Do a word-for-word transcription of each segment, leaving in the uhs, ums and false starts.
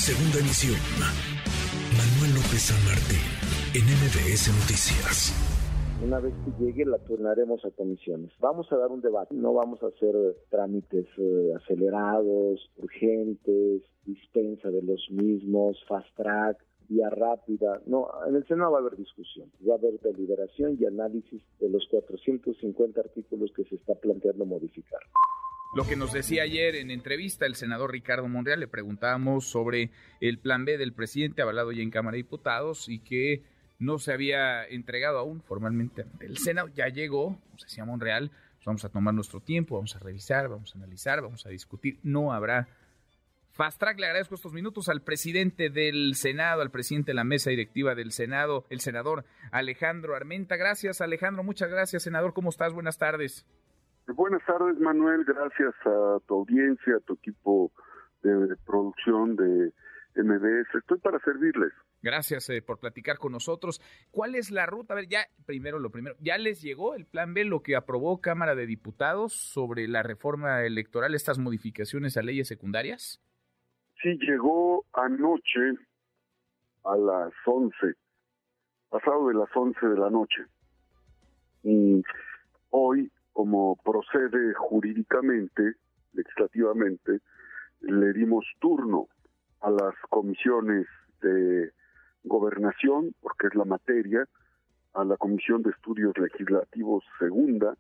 Segunda emisión. Manuel López San Martín, en M B S Noticias. Una vez que llegue, la turnaremos a comisiones. Vamos a dar un debate, no vamos a hacer eh, trámites eh, acelerados, urgentes, dispensa de los mismos, fast track, vía rápida. No, en el Senado va a haber discusión, va a haber deliberación y análisis de los cuatrocientos cincuenta artículos que se está planteando modificar. Lo que nos decía ayer en entrevista el senador Ricardo Monreal, le preguntábamos sobre el plan B del presidente avalado ya en Cámara de Diputados y que no se había entregado aún formalmente ante el Senado. Ya llegó, nos decía Monreal, pues vamos a tomar nuestro tiempo, vamos a revisar, vamos a analizar, vamos a discutir. No habrá fast track. Le agradezco estos minutos al presidente del Senado, al presidente de la mesa directiva del Senado, el senador Alejandro Armenta. Gracias, Alejandro, muchas gracias, senador. ¿Cómo estás? Buenas tardes. Buenas tardes, Manuel. Gracias a tu audiencia, a tu equipo de producción de M B S. Estoy para servirles. Gracias eh, por platicar con nosotros. ¿Cuál es la ruta? A ver, ya, primero lo primero, ¿ya les llegó el plan B, lo que aprobó Cámara de Diputados sobre la reforma electoral, estas modificaciones a leyes secundarias? Sí, llegó anoche a las once, pasado de las once de la noche. Y hoy, como procede jurídicamente, legislativamente, le dimos turno a las comisiones de gobernación, porque es la materia, a la Comisión de Estudios Legislativos segunda,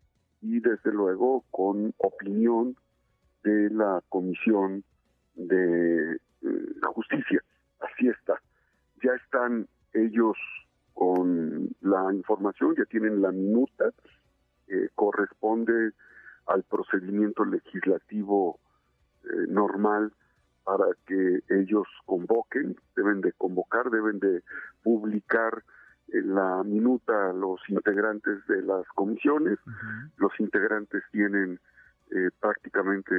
y desde luego con opinión de la Comisión de eh, Justicia. Así está. Ya están ellos con la información, ya tienen la minuta, eh, corresponde al procedimiento legislativo eh, normal para que ellos convoquen, deben de convocar, deben de publicar en la minuta a los integrantes de las comisiones. Uh-huh. Los integrantes tienen eh, prácticamente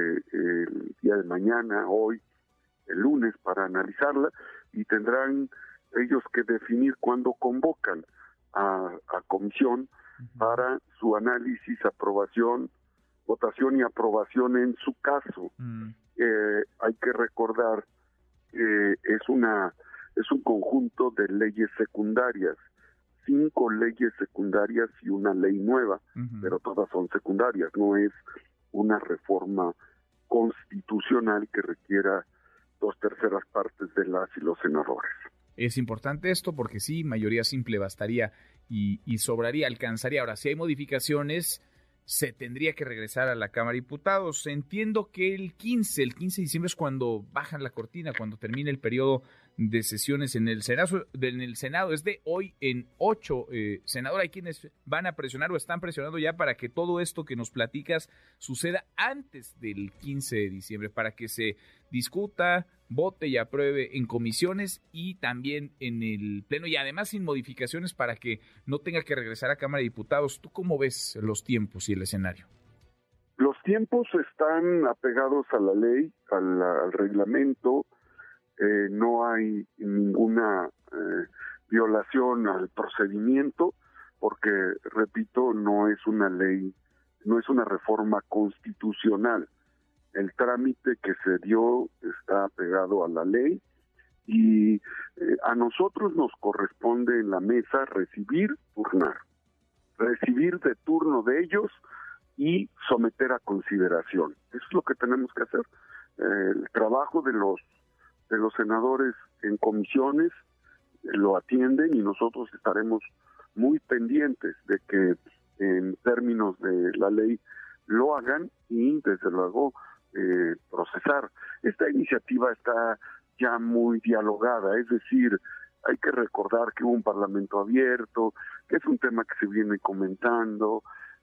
el día de mañana, hoy, el lunes, para analizarla, y tendrán ellos que definir cuándo convocan a, a comisión uh-huh. para su análisis, aprobación, votación y aprobación en su caso. Uh-huh. Eh, hay que recordar que es una es un conjunto de leyes secundarias, cinco leyes secundarias y una ley nueva, uh-huh. pero todas son secundarias, no es una reforma constitucional que requiera dos terceras partes de las y los senadores. Es importante esto porque sí, mayoría simple bastaría y, y sobraría, alcanzaría. Ahora, si hay modificaciones, se tendría que regresar a la Cámara de Diputados. Entiendo que el quince, el quince de diciembre es cuando bajan la cortina, cuando termina el periodo de sesiones en el Senado. En el Senado es de hoy en ocho. Eh, senador, hay quienes van a presionar o están presionando ya para que todo esto que nos platicas suceda antes del quince de diciembre, para que se discuta, vote y apruebe en comisiones y también en el Pleno, y además sin modificaciones para que no tenga que regresar a Cámara de Diputados. ¿Tú cómo ves los tiempos y el escenario? Los tiempos están apegados a la ley, al, al reglamento. Eh, no hay ninguna eh, violación al procedimiento, porque, repito, no es una ley, no es una reforma constitucional. El trámite que se dio está pegado a la ley y eh, a nosotros nos corresponde en la mesa recibir, turnar, recibir de turno de ellos y someter a consideración. Eso es lo que tenemos que hacer. Eh, el trabajo de los de los senadores en comisiones eh, lo atienden y nosotros estaremos muy pendientes de que en términos de la ley lo hagan y desde luego eh, procesar. Esta iniciativa está ya muy dialogada, es decir, hay que recordar que hubo un parlamento abierto, que es un tema que se viene comentando,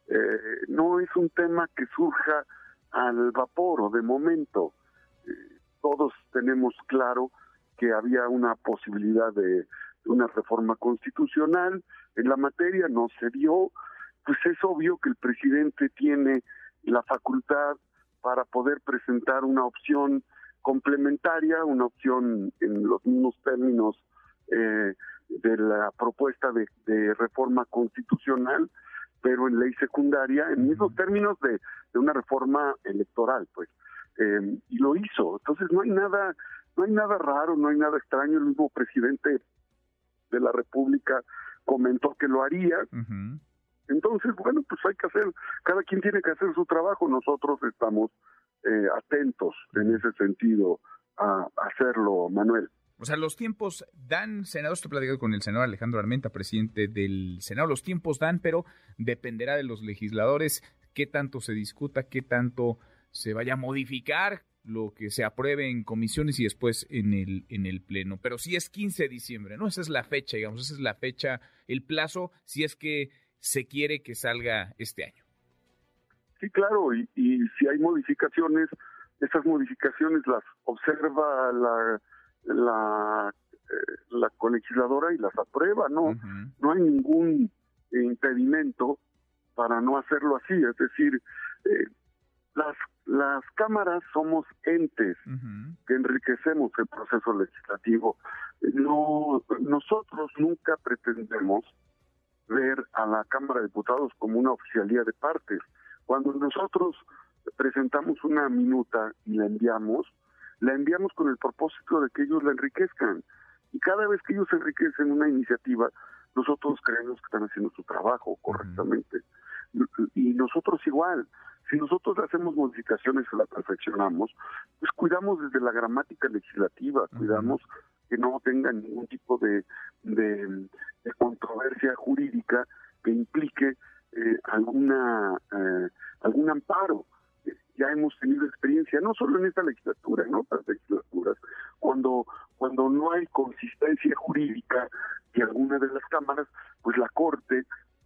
eh, no es un tema que surja al vapor o de momento. Eh, todos tenemos claro que había una posibilidad de, de una reforma constitucional en la materia, no se dio, pues es obvio que el presidente tiene la facultad para poder presentar una opción complementaria, una opción en los mismos términos eh, de la propuesta de, de reforma constitucional, pero en ley secundaria, en mismos términos de, de una reforma electoral, pues, eh, y lo hizo. Entonces no hay nada no hay nada raro, no hay nada extraño. El mismo presidente de la República comentó que lo haría. Uh-huh. Entonces, bueno, pues hay que hacer, cada quien tiene que hacer su trabajo. Nosotros estamos eh, atentos en ese sentido a hacerlo, Manuel. O sea, los tiempos dan, senador, estoy platicando con el senador Alejandro Armenta, presidente del Senado, los tiempos dan, pero dependerá de los legisladores qué tanto se discuta, qué tanto se vaya a modificar lo que se apruebe en comisiones y después en el en el Pleno. Pero sí es quince de diciembre, ¿no? Esa es la fecha, digamos, esa es la fecha, el plazo, si es que se quiere que salga este año. Sí, claro, y, y si hay modificaciones, esas modificaciones las observa la la eh, la colegisladora y las aprueba, ¿no? Uh-huh. No hay ningún impedimento para no hacerlo así, es decir, eh, las las cámaras somos entes uh-huh. que enriquecemos el proceso legislativo. No, nosotros nunca pretendemos ver a la Cámara de Diputados como una oficialía de partes. Cuando nosotros presentamos una minuta y la enviamos, la enviamos con el propósito de que ellos la enriquezcan. Y cada vez que ellos enriquecen una iniciativa, nosotros creemos que están haciendo su trabajo correctamente. Uh-huh. Y nosotros igual. Si nosotros hacemos modificaciones y la perfeccionamos, pues cuidamos desde la gramática legislativa, uh-huh. cuidamos que no tenga ningún tipo de, de, de controversia jurídica que implique eh, alguna eh, algún amparo. Ya hemos tenido experiencia, no solo en esta legislatura, en otras legislaturas, cuando cuando no hay consistencia jurídica de alguna de las cámaras, pues la Corte,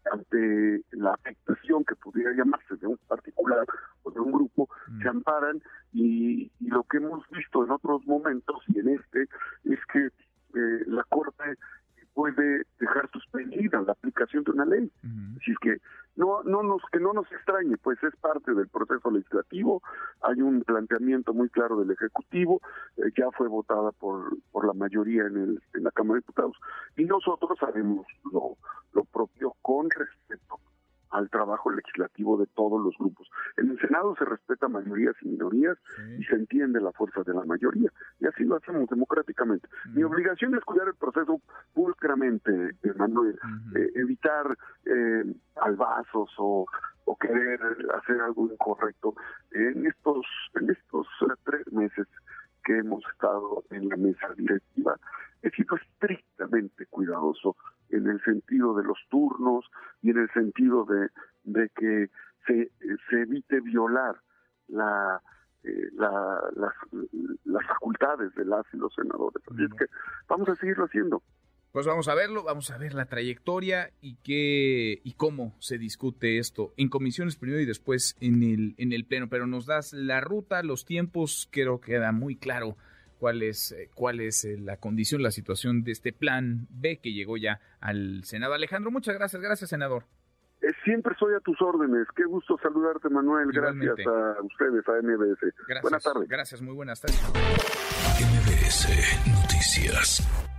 ante la afectación que pudiera llamarse de un particular o de un grupo, mm. se amparan y, y lo que hemos visto en otros momentos y en este es que eh, la Corte puede dejar suspendida la aplicación de una ley. Uh-huh. Así es que no no nos que no nos extrañe, pues es parte del proceso legislativo. Hay un planteamiento muy claro del Ejecutivo, eh, ya fue votada por por la mayoría en el en la Cámara de Diputados y nosotros haremos lo lo propio con respeto al trabajo legislativo de todos los grupos. En el Senado se respeta mayorías y minorías sí. y se entiende la fuerza de la mayoría, y así lo hacemos democráticamente. Uh-huh. Mi obligación es cuidar el proceso pulcramente, Manuel, uh-huh. eh, evitar eh, albazos o, o querer hacer algo incorrecto. En estos, en estos tres meses que hemos estado en la mesa directiva, he sido estrictamente cuidadoso en el sentido de los turnos y en el sentido de, de que se, se evite violar la, eh, la, las, las facultades de las y los senadores. Así uh-huh. es que vamos a seguirlo haciendo. Pues vamos a verlo, vamos a ver la trayectoria y qué y cómo se discute esto en comisiones primero y después en el en el Pleno. Pero nos das la ruta, los tiempos, creo que queda muy claro cuál es cuál es la condición, la situación de este plan B que llegó ya al Senado. Alejandro, muchas gracias, gracias, senador. Eh, siempre soy a tus órdenes. Qué gusto saludarte, Manuel. Igualmente. Gracias a ustedes, a M B S. Gracias, buenas tardes. Gracias, muy buenas tardes. M B S Noticias.